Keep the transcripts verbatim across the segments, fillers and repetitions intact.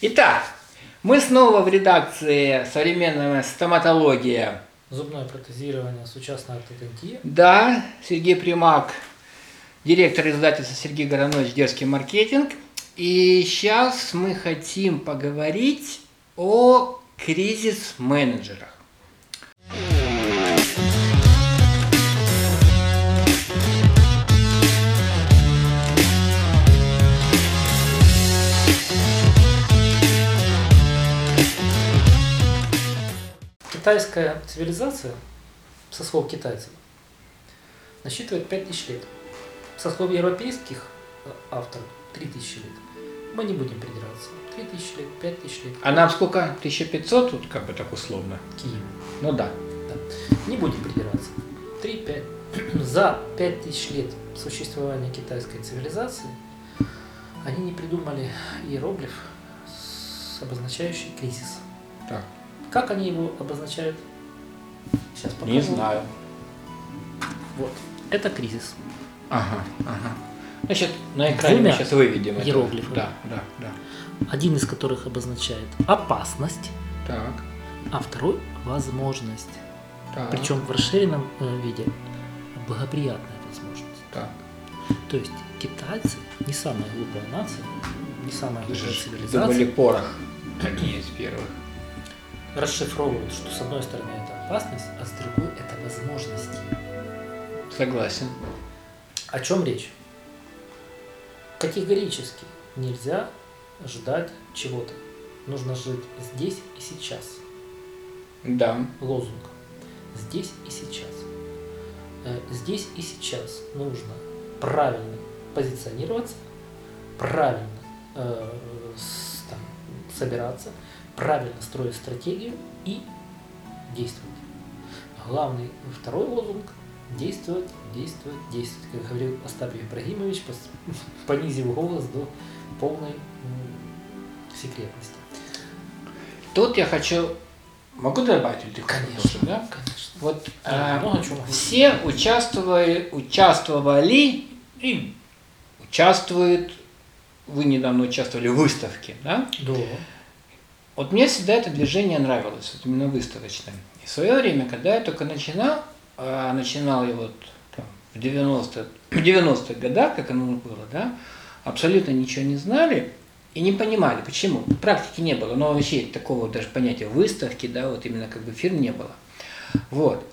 Итак, мы снова в редакции «Современная стоматология». Зубное протезирование, сучасная ортодонтия. Да, Сергей Примак, директор издательства Сергей Горонович «Дерзкий маркетинг». И сейчас мы хотим поговорить о кризис-менеджерах. Китайская цивилизация, со слов китайцев, насчитывает пять тысяч лет. Со слов европейских авторов три тысячи лет. Мы не будем придираться. три тысячи лет, пять тысяч лет. А нам сколько? тысяча пятьсот, вот как бы так условно? Киев. Ну да. Да. Не будем придираться. три-пять. За пять тысяч лет существования китайской цивилизации они не придумали иероглиф, обозначающий кризис. Так. Как они его обозначают? Сейчас покажу. Не знаю. Вот. Это кризис. Ага, ага. Значит, на экране Двумя мы сейчас выведем это. иероглифами. Да, да, да. Один из которых обозначает опасность, Так, а второй возможность. так. Причем в расширенном э, виде благоприятная возможность. Так. То есть китайцы не самая глупая нация, не самая глупая Думали, цивилизация. порох одни из первых. Расшифровывают, что с одной стороны это опасность, а с другой это возможности. Согласен. О чем речь? Категорически нельзя ждать чего-то. Нужно жить здесь и сейчас. Да. Лозунг. Здесь и сейчас. Э, Здесь и сейчас нужно правильно позиционироваться, правильно э, с- там, собираться, правильно строить стратегию и действовать. Главный второй лозунг – действовать, действовать, действовать. Как говорил Остап Ибрагимович, пос- понизив голос до полной м, секретности. Тут я хочу... Могу добавить? Или ты Конечно, тоже, да? конечно. Вот А, а, много чего могу. все участвовали, участвовали и участвуют, вы недавно участвовали в выставке, да? Да. Вот мне всегда это движение нравилось, вот именно выставочное. И в свое время, когда я только начинал, а начинал я вот там, в девяностых, в девяностых годах, как оно было, да, абсолютно ничего не знали и не понимали, почему. Практики не было, но вообще такого даже понятия выставки, да, вот именно как бы фирм не было. Вот.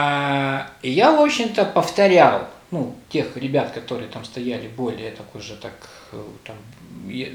А я, в общем-то, повторял, ну, тех ребят, которые там стояли более так уже так, э, там, е-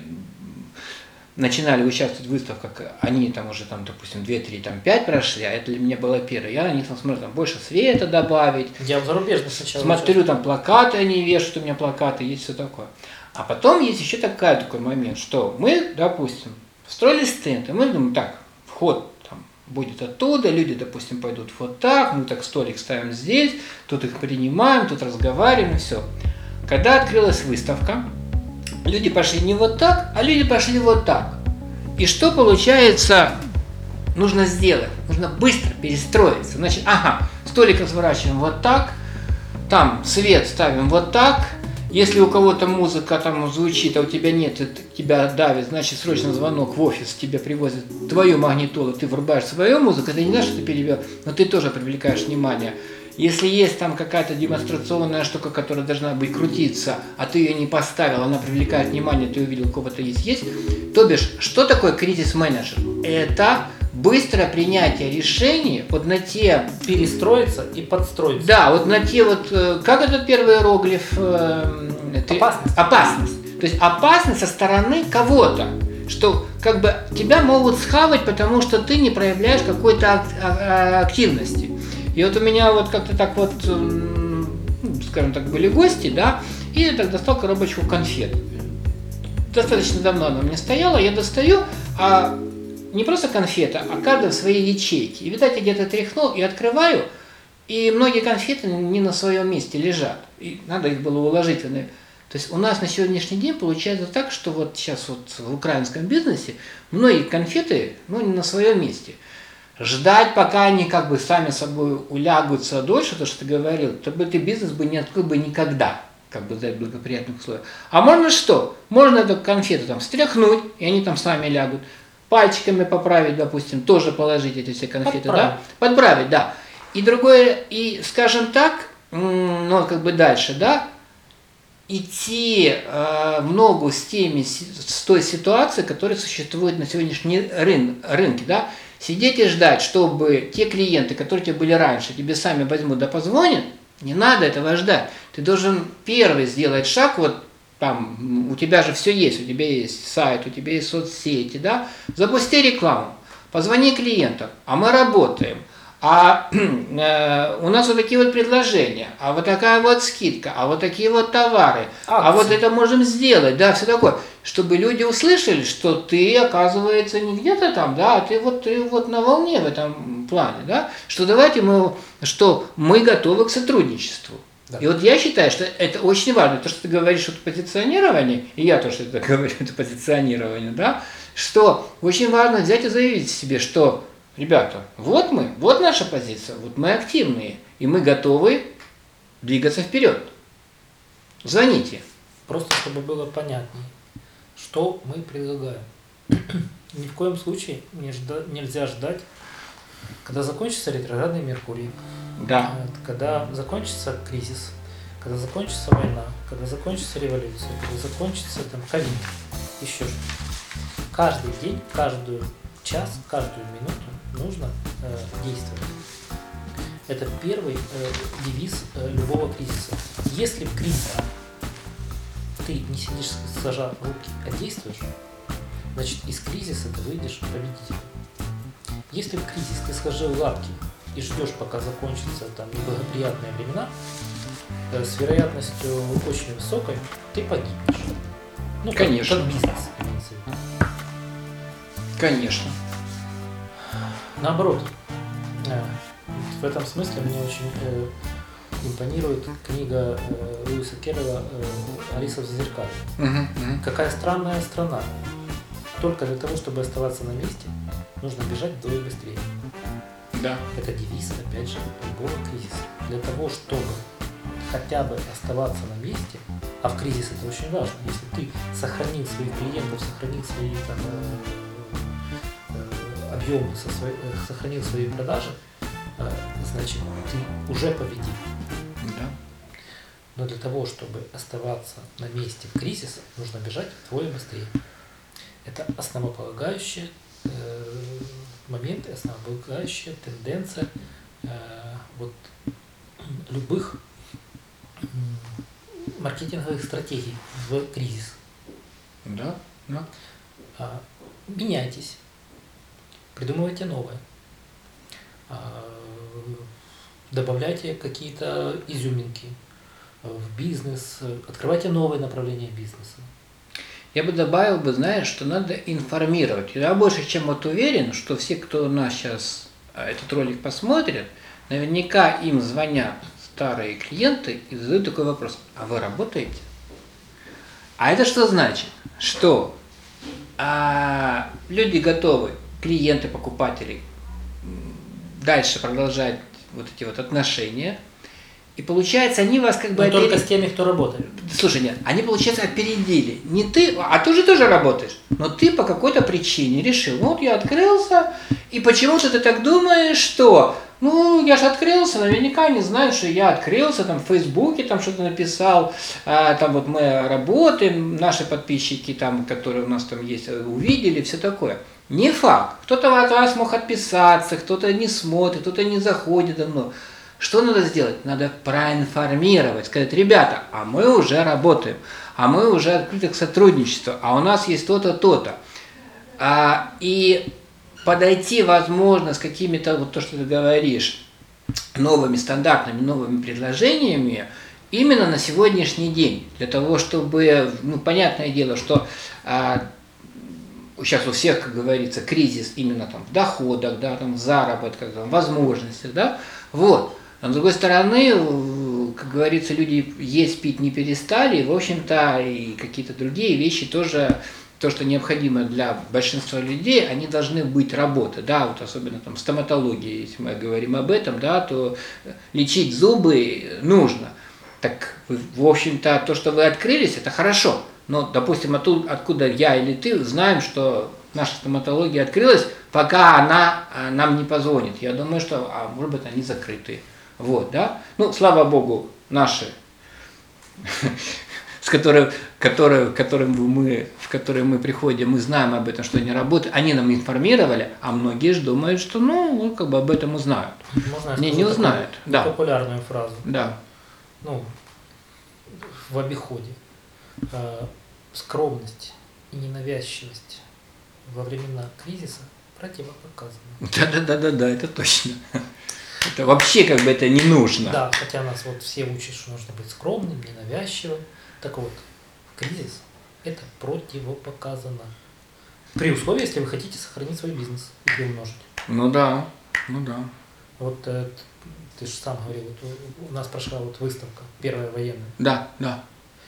начинали участвовать в выставках, они там уже, там, допустим, две, три, там, пять прошли, а это для меня было первое. Я на них там смотрю, там, больше света добавить, Я в зарубежных сначала смотрю, там, плакаты они вешают, у меня плакаты, есть все такое. А потом есть еще такая, такой момент, что мы, допустим, строили стенд, и мы думаем, так, вход там будет оттуда, люди, допустим, пойдут вот так, мы так столик ставим здесь, тут их принимаем, тут разговариваем, и все. Когда открылась выставка, люди пошли не вот так, а люди пошли вот так. И что получается нужно сделать? Нужно быстро перестроиться. Значит, ага, столик разворачиваем вот так, там свет ставим вот так. Если у кого-то музыка там звучит, а у тебя нет, это тебя давит, значит срочно звонок в офис, тебе привозят твою магнитолу, ты врубаешь свою музыку, это не значит, что ты перебил, но ты тоже привлекаешь внимание. Если есть там какая-то демонстрационная штука, которая должна быть крутиться, а ты ее не поставил, она привлекает внимание, ты увидел, у кого-то есть, есть. То бишь, что такое кризис-менеджер? Это быстрое принятие решений вот на те... перестроиться и подстроиться. Да, вот на те вот... э, Как этот первый иероглиф? э, ты- Опасность. Опасность. То есть опасность со стороны кого-то. Что как бы тебя могут схавать, потому что ты не проявляешь какой-то ак- а- а- активности. И вот у меня вот как-то так вот, м, ну, скажем так, были гости, да, и я так достал коробочку конфет. Достаточно давно она у меня стояла, я достаю, а не просто конфета, а каждая в своей ячейке. И, видать, я где-то тряхнул и открываю, и многие конфеты не на своем месте лежат. И надо их было уложить. То есть у нас на сегодняшний день получается так, что вот сейчас вот в украинском бизнесе многие конфеты, ну, не на своем месте. Ждать, пока они как бы сами собой улягутся дольше, то, что ты говорил, то бы ты бизнес бы не открыл бы никогда. как бы дать благоприятных условий. А можно что? Можно эту конфету там встряхнуть, и они там сами лягут. Пальчиками поправить, допустим, тоже положить эти все конфеты, Подправить. да? Подправить, да. И другое, и скажем так, ну как бы дальше, да, идти э, в ногу с теми, с той ситуацией, которая существует на сегодняшнем рын, рынке, да, сидеть и ждать, чтобы те клиенты, которые у тебя были раньше, тебе сами возьмут да позвонят, не надо этого ждать. Ты должен первый сделать шаг, вот там, у тебя же все есть, у тебя есть сайт, у тебя есть соцсети, да, запусти рекламу, позвони клиентам, а мы работаем. А э, у нас вот такие вот предложения, а вот такая вот скидка, а вот такие вот товары, а вот это можем сделать, да, все такое, чтобы люди услышали, что ты, оказывается, не где-то там, да, а ты вот, ты вот на волне в этом плане, да, что давайте мы, что мы готовы к сотрудничеству. Да. И вот я считаю, что это очень важно, то, что ты говоришь, вот позиционирование, и я тоже это говорю, это позиционирование, да, что очень важно взять и заявить себе, что ребята, вот мы, вот наша позиция, вот мы активные, и мы готовы двигаться вперед. Звоните. Просто чтобы было понятнее, что мы предлагаем. Ни в коем случае не жда- нельзя ждать, когда закончится ретроградный Меркурий, да. когда закончится кризис, когда закончится война, когда закончится революция, когда закончится там ковид, еще что-то. Каждый день, каждую час, каждую минуту нужно э, действовать. Это первый э, девиз э, любого кризиса. Если в кризисе ты не сидишь сложа руки, а действуешь, значит из кризиса ты выйдешь победителем. Если в кризис ты сложил лапки и ждешь, пока закончатся там неблагоприятные времена, э, с вероятностью очень высокой ты погибнешь. Ну, конечно. Как, как бизнес имеется в виду. Конечно. Наоборот, в этом смысле мне очень э, импонирует книга э, Льюиса Керрола э, «Алиса в зазеркалье». Угу, угу. Какая странная страна. Только для того, чтобы оставаться на месте, нужно бежать вдвое быстрее. Да. Это девиз, опять же, любого кризиса. Для того, чтобы хотя бы оставаться на месте, а в кризис это очень важно, если ты сохранил своих клиентов, сохранил свои там, объемы, со своей, сохранил свои продажи, значит, ты уже победил. Да. Но для того, чтобы оставаться на месте в кризис, нужно бежать вдвое быстрее. Это основополагающий э, момент, основополагающая тенденция э, вот, любых э, маркетинговых стратегий в кризис. Да, да. А, меняйтесь. Придумывайте новое. Добавляйте какие-то изюминки в бизнес, открывайте новые направления бизнеса. Я бы добавил бы, знаешь, что надо информировать. Я больше чем вот уверен, что все, кто у нас сейчас этот ролик посмотрит, наверняка им звонят старые клиенты и задают такой вопрос: а вы работаете? А это что значит? Что а, люди готовы, клиенты, покупатели, дальше продолжать вот эти вот отношения. И получается, они вас как бы... Но опередили. только с теми, кто работает. Слушай, нет, они, получается, опередили. Не ты, а ты же тоже работаешь. Но ты по какой-то причине решил, ну вот я открылся, и почему-то ты так думаешь, что... Ну, я же открылся, наверняка не знаю, что я открылся, там в Фейсбуке там что-то написал, а, там вот мы работаем, наши подписчики, там, которые у нас там есть, увидели, все такое. Не факт. Кто-то от вас мог отписаться, кто-то не смотрит, кто-то не заходит давно. Что надо сделать? Надо проинформировать, сказать: ребята, а мы уже работаем, а мы уже открыты к сотрудничеству, а у нас есть то-то, то-то. А, и подойти, возможно, с какими-то, вот то, что ты говоришь, новыми стандартными, новыми предложениями именно на сегодняшний день. Для того, чтобы, ну, понятное дело, что а, сейчас у всех, как говорится, кризис именно там в доходах, да, там в заработках, там, в возможностях, да, вот. Но с другой стороны, как говорится, люди есть, пить не перестали, и, в общем-то, и какие-то другие вещи тоже, то, что необходимо для большинства людей, они должны быть работы, да, вот особенно там стоматология, если мы говорим об этом, да, то лечить зубы нужно. Так, вы, в общем-то, то, что вы открылись, это хорошо. Но, допустим, оттуда, откуда я или ты знаем, что наша стоматология открылась, пока она а, нам не позвонит. Я думаю, что, а может быть, они закрыты. Вот, да? Ну, слава богу, наши, с которым, которые, которым мы, в которые мы приходим, мы знаем об этом, что они работают, они нам информировали, а многие же думают, что, ну, как бы об этом узнают. Можно я не, скажу не узнают. Да. популярную фразу? Да. Ну, в обиходе. Э, скромность и ненавязчивость во времена кризиса противопоказаны. Да-да-да-да, это точно. Это вообще как бы это не нужно. Да, хотя нас вот все учат, что нужно быть скромным, ненавязчивым. Так вот, кризис – это противопоказано. При условии, если вы хотите сохранить свой бизнес и приумножить. Ну да, ну да. Вот э, ты же сам говорил, вот у нас прошла вот выставка, первая военная. Да, да.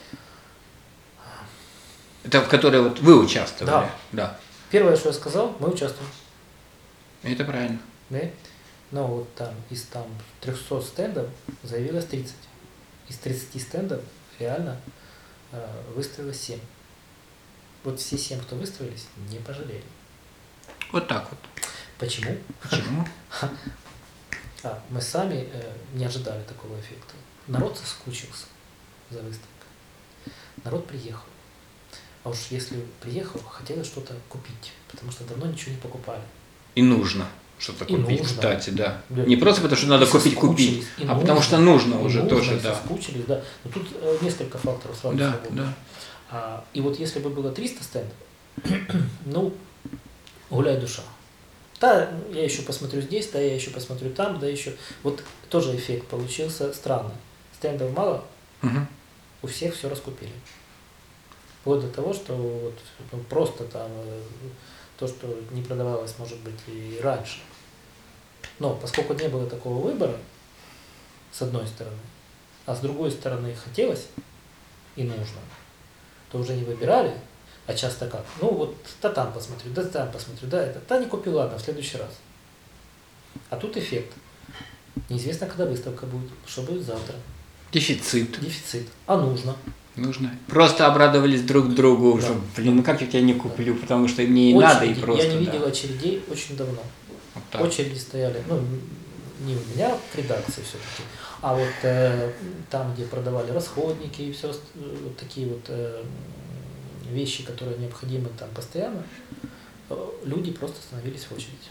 Это в которой вот вы участвовали. Да. Да. Первое, что я сказал, мы участвуем. Это правильно. Да? Но вот там из там трёхсот стендов заявилось тридцать. Из тридцати стендов реально э, выставилось семь. Вот все семь, кто выставились, не пожалели. Вот так вот. Почему? Почему? А, мы сами э, не ожидали такого эффекта. Народ соскучился за выставкой. Народ приехал. А уж если приехал, хотелось что-то купить, потому что давно ничего не покупали. И нужно что-то И купить, нужно. кстати, да. Да. Не просто потому, что надо И купить, купить, соскучились, и а нужно, потому что нужно и уже нужно, тоже, и да. соскучились, да. Но тут э, несколько факторов сразу Да, сработало. да. А, и вот если бы было триста стендов, ну, гуляй душа. Да, я еще посмотрю здесь, да, я еще посмотрю там, да, еще. Вот тоже эффект получился странный. Стендов мало, Угу. у всех все раскупили. Вплоть до того, что вот, ну, просто там э, то, что не продавалось, может быть, и раньше. Но поскольку не было такого выбора, с одной стороны, а с другой стороны хотелось и нужно, то уже не выбирали, а часто как? Ну вот, да там посмотрю, да там посмотрю, да это, да не купил, ладно, в следующий раз. А тут эффект. Неизвестно, когда выставка будет, что будет завтра. Дефицит. Дефицит. А нужно. Нужно. Просто обрадовались друг другу, Да. что, блин, ну как я тебя не куплю, потому что мне и Очереди. надо, и просто. Я не видел да. очередей очень давно. Вот так. Очереди стояли, ну, не у меня в редакции все-таки, а вот э, там, где продавали расходники и все, вот такие вот э, вещи, которые необходимы там постоянно, э, люди просто становились в очередь.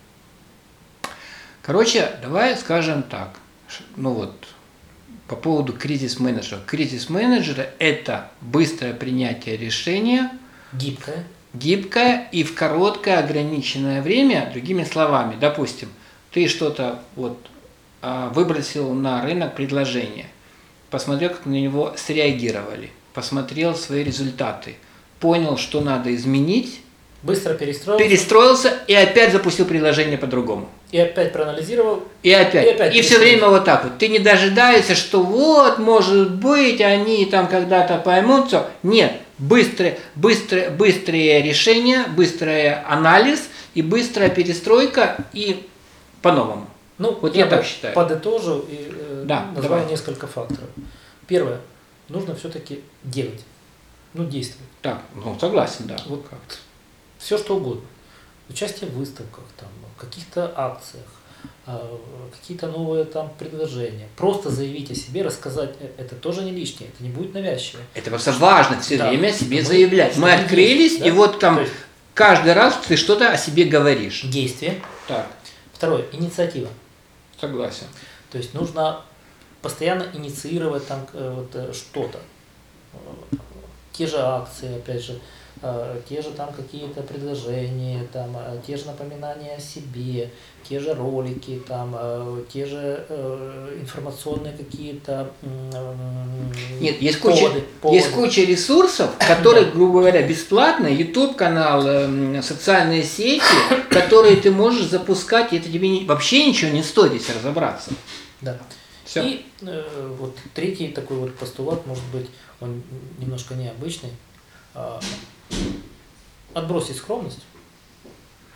Короче, давай скажем так, ш- ну вот, по поводу кризис-менеджера. Кризис-менеджера – это быстрое принятие решения, Гибкая. гибкое и в короткое ограниченное время, другими словами, допустим, ты что-то вот а, выбросил на рынок предложение, посмотрел, как на него среагировали, посмотрел свои результаты, понял, что надо изменить, Быстро перестроился. перестроился и опять запустил предложение по-другому. И опять проанализировал. И опять. И опять И все перестроился. время вот так вот. Ты не дожидаешься, что вот, может быть, они там когда-то поймут все. Нет. Быстрые, быстрые, быстрые решения, быстрый анализ и быстрая перестройка и по-новому. Ну, Вот я, я так бы считаю. подытожил и э, Да, назвал давай. несколько факторов. Первое. Нужно все-таки делать. Ну, действовать. Так, ну согласен, да. Вот все что угодно. Участие в выставках, там, в каких-то акциях, э, какие-то новые там предложения. Просто заявить о себе, рассказать, э, это тоже не лишнее, это не будет навязчиво. Это просто важно все Да. время о себе Мы- заявлять. что Мы мы открылись, есть, да? и вот там То есть каждый раз ты что-то о себе говоришь. действие. Так, Второе, инициатива. согласен. То есть нужно постоянно инициировать там э, вот, э, что-то. Э, Те же акции, опять же, э, те же там какие-то предложения, там, э, те же напоминания о себе, те же ролики, там, э, те же э, информационные какие-то м, Нет, есть куча, поводы, поводы. есть куча ресурсов, которые, грубо говоря, бесплатные, YouTube-канал, эм, социальные сети, которые ты можешь запускать, и это тебе не- вообще ничего не стоит, если разобраться. Да. Все. И э, вот третий такой вот постулат, может быть, он немножко необычный. А, отбросить скромность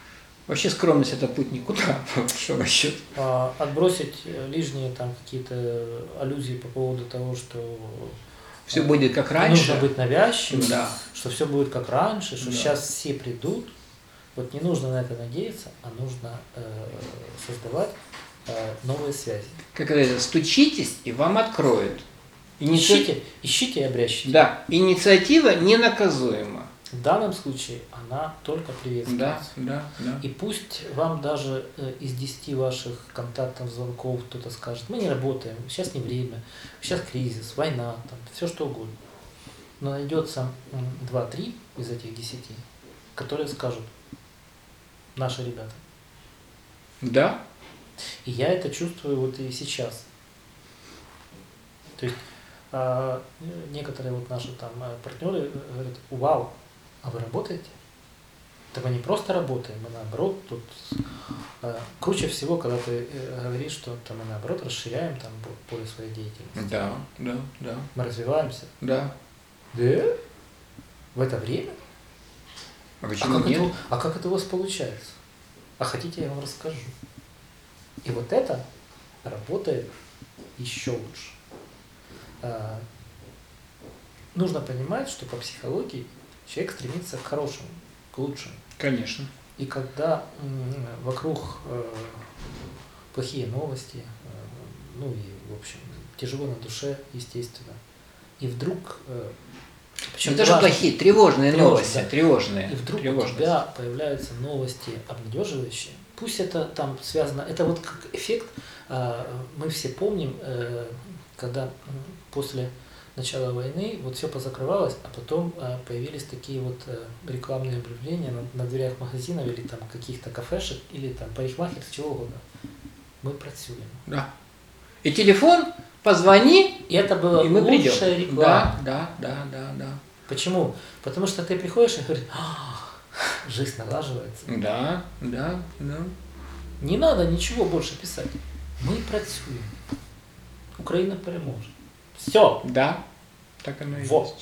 Вообще скромность это путь никуда, по большому счету. А, отбросить лишние там какие-то аллюзии по поводу того, что Все будет как не раньше. нужно быть навязчивым, Да. что все будет как раньше, что Да. сейчас все придут. Вот не нужно на это надеяться, а нужно э, создавать э, новые связи. Как это, стучитесь, и вам откроют. Иници- Ищите, ищите и обрящите. Да, инициатива ненаказуема. В данном случае она только Да, приветствуется. да, да. И пусть вам даже э, из десяти ваших контактов, звонков кто-то скажет, мы не работаем, сейчас не время, сейчас кризис, война, там, все что угодно. Но найдется м, два-три из этих десяти, которые скажут, наши ребята. Да, И я это чувствую вот и сейчас. То есть а, некоторые вот наши там э, партнеры э, говорят, вау, а вы работаете? Так мы не просто работаем, мы наоборот тут э, круче всего, когда ты э, говоришь, что там, мы наоборот расширяем там по- поле своей деятельности. да, да, да, Мы развиваемся. да. Да? В это время? А А почему как, нет? это, а как это у вас получается? А хотите, я вам расскажу. И вот это работает еще лучше. А, нужно понимать, что по психологии человек стремится к хорошему, к лучшему. Конечно. И когда м, вокруг э, плохие новости, э, ну и, в общем, тяжело на душе, естественно, и вдруг... Э, причем Это же важно- плохие, тревожные Тревожные, новости, да. тревожные. И вдруг у тревожные. тебя появляются новости обнадеживающие. Пусть это там связано, это вот как эффект, а, мы все помним, э, когда м, после начала войны вот все позакрывалось, а потом а, появились такие вот э, рекламные объявления на, на дверях магазинов или там каких-то кафешек, или там парикмахерств, чего угодно. Мы працюем. Да. И телефон, позвони, И это была и мы придем. лучшая реклама. Да, да, да, да, да. Почему? Потому что ты приходишь и говоришь, «А, жизнь налаживается. Да, да, да. Не надо ничего больше писать. Мы працюем. Украина переможе. Все. Да, так оно и Во. есть.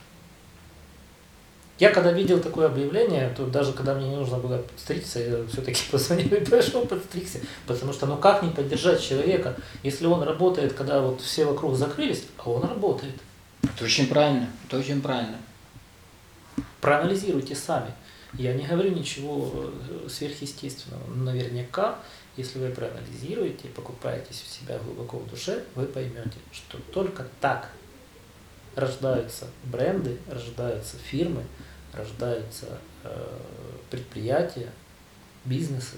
Я когда видел такое объявление, то даже когда мне не нужно было подстричься, я все-таки позвонил и пошел подстригся. Потому что ну как не поддержать человека, если он работает, когда вот все вокруг закрылись, а он работает. Это очень правильно, это очень правильно. Проанализируйте сами. Я не говорю ничего э, сверхъестественного. Но наверняка, если вы проанализируете, покупаетесь у себя глубоко в душе, вы поймете, что только так рождаются бренды, рождаются фирмы, рождаются э, предприятия, бизнесы.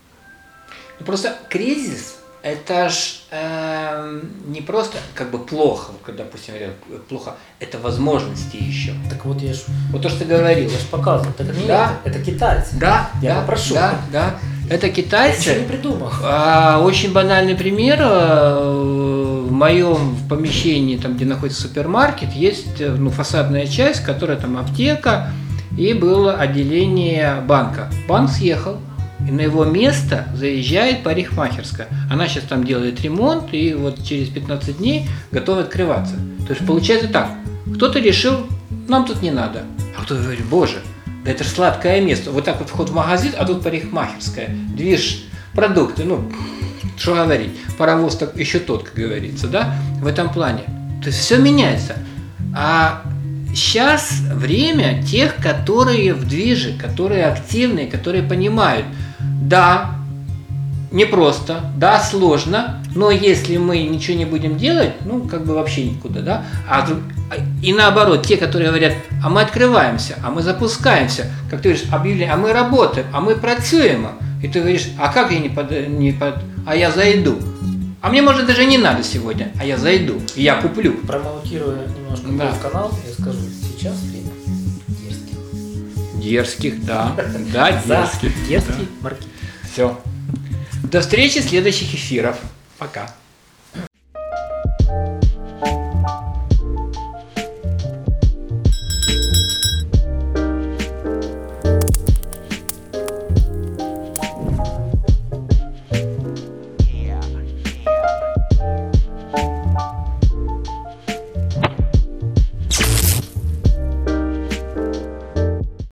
Ну, просто кризис – это ж э, не просто как бы плохо, вот когда, допустим, говорят плохо, это возможности еще. Так вот я ж, Вот то, что ты говорил. я ж показывал, так это не Да. это, это китайцы. Да, Я да, попрошу. да, да. Это Я ничего не китайцы. придумал. А, очень банальный пример. э, В моем помещении, там, где находится супермаркет, есть э, ну, фасадная часть, которая там аптека, и было отделение банка. Банк съехал, и на его место заезжает парикмахерская. Она сейчас там делает ремонт, и вот через пятнадцать дней готова открываться. То есть получается так, кто-то решил, нам тут не надо. А кто-то говорит, боже, да это же сладкое место. Вот так вот вход в магазин, а тут парикмахерская. Движ, продукты, ну, что говорить, паровоз так еще тот, как говорится, да, в этом плане. То есть все меняется. А сейчас время тех, которые в движе, которые активные, которые понимают, да, непросто, да, сложно, но если мы ничего не будем делать, ну, как бы вообще никуда, да, а, и наоборот, те, которые говорят, а мы открываемся, а мы запускаемся, как ты говоришь, объявление, а мы работаем, а мы працюем, и ты говоришь, а как я не под, не под, а я зайду, а мне, может, даже не надо сегодня, а я зайду, и я куплю. Промоутируя немножко Да. твой канал, я скажу, сейчас время дерзких. Дерзких, да, да, За дерзких. дерзкий маркетинг. Все. До встречи в следующих эфиров. Пока.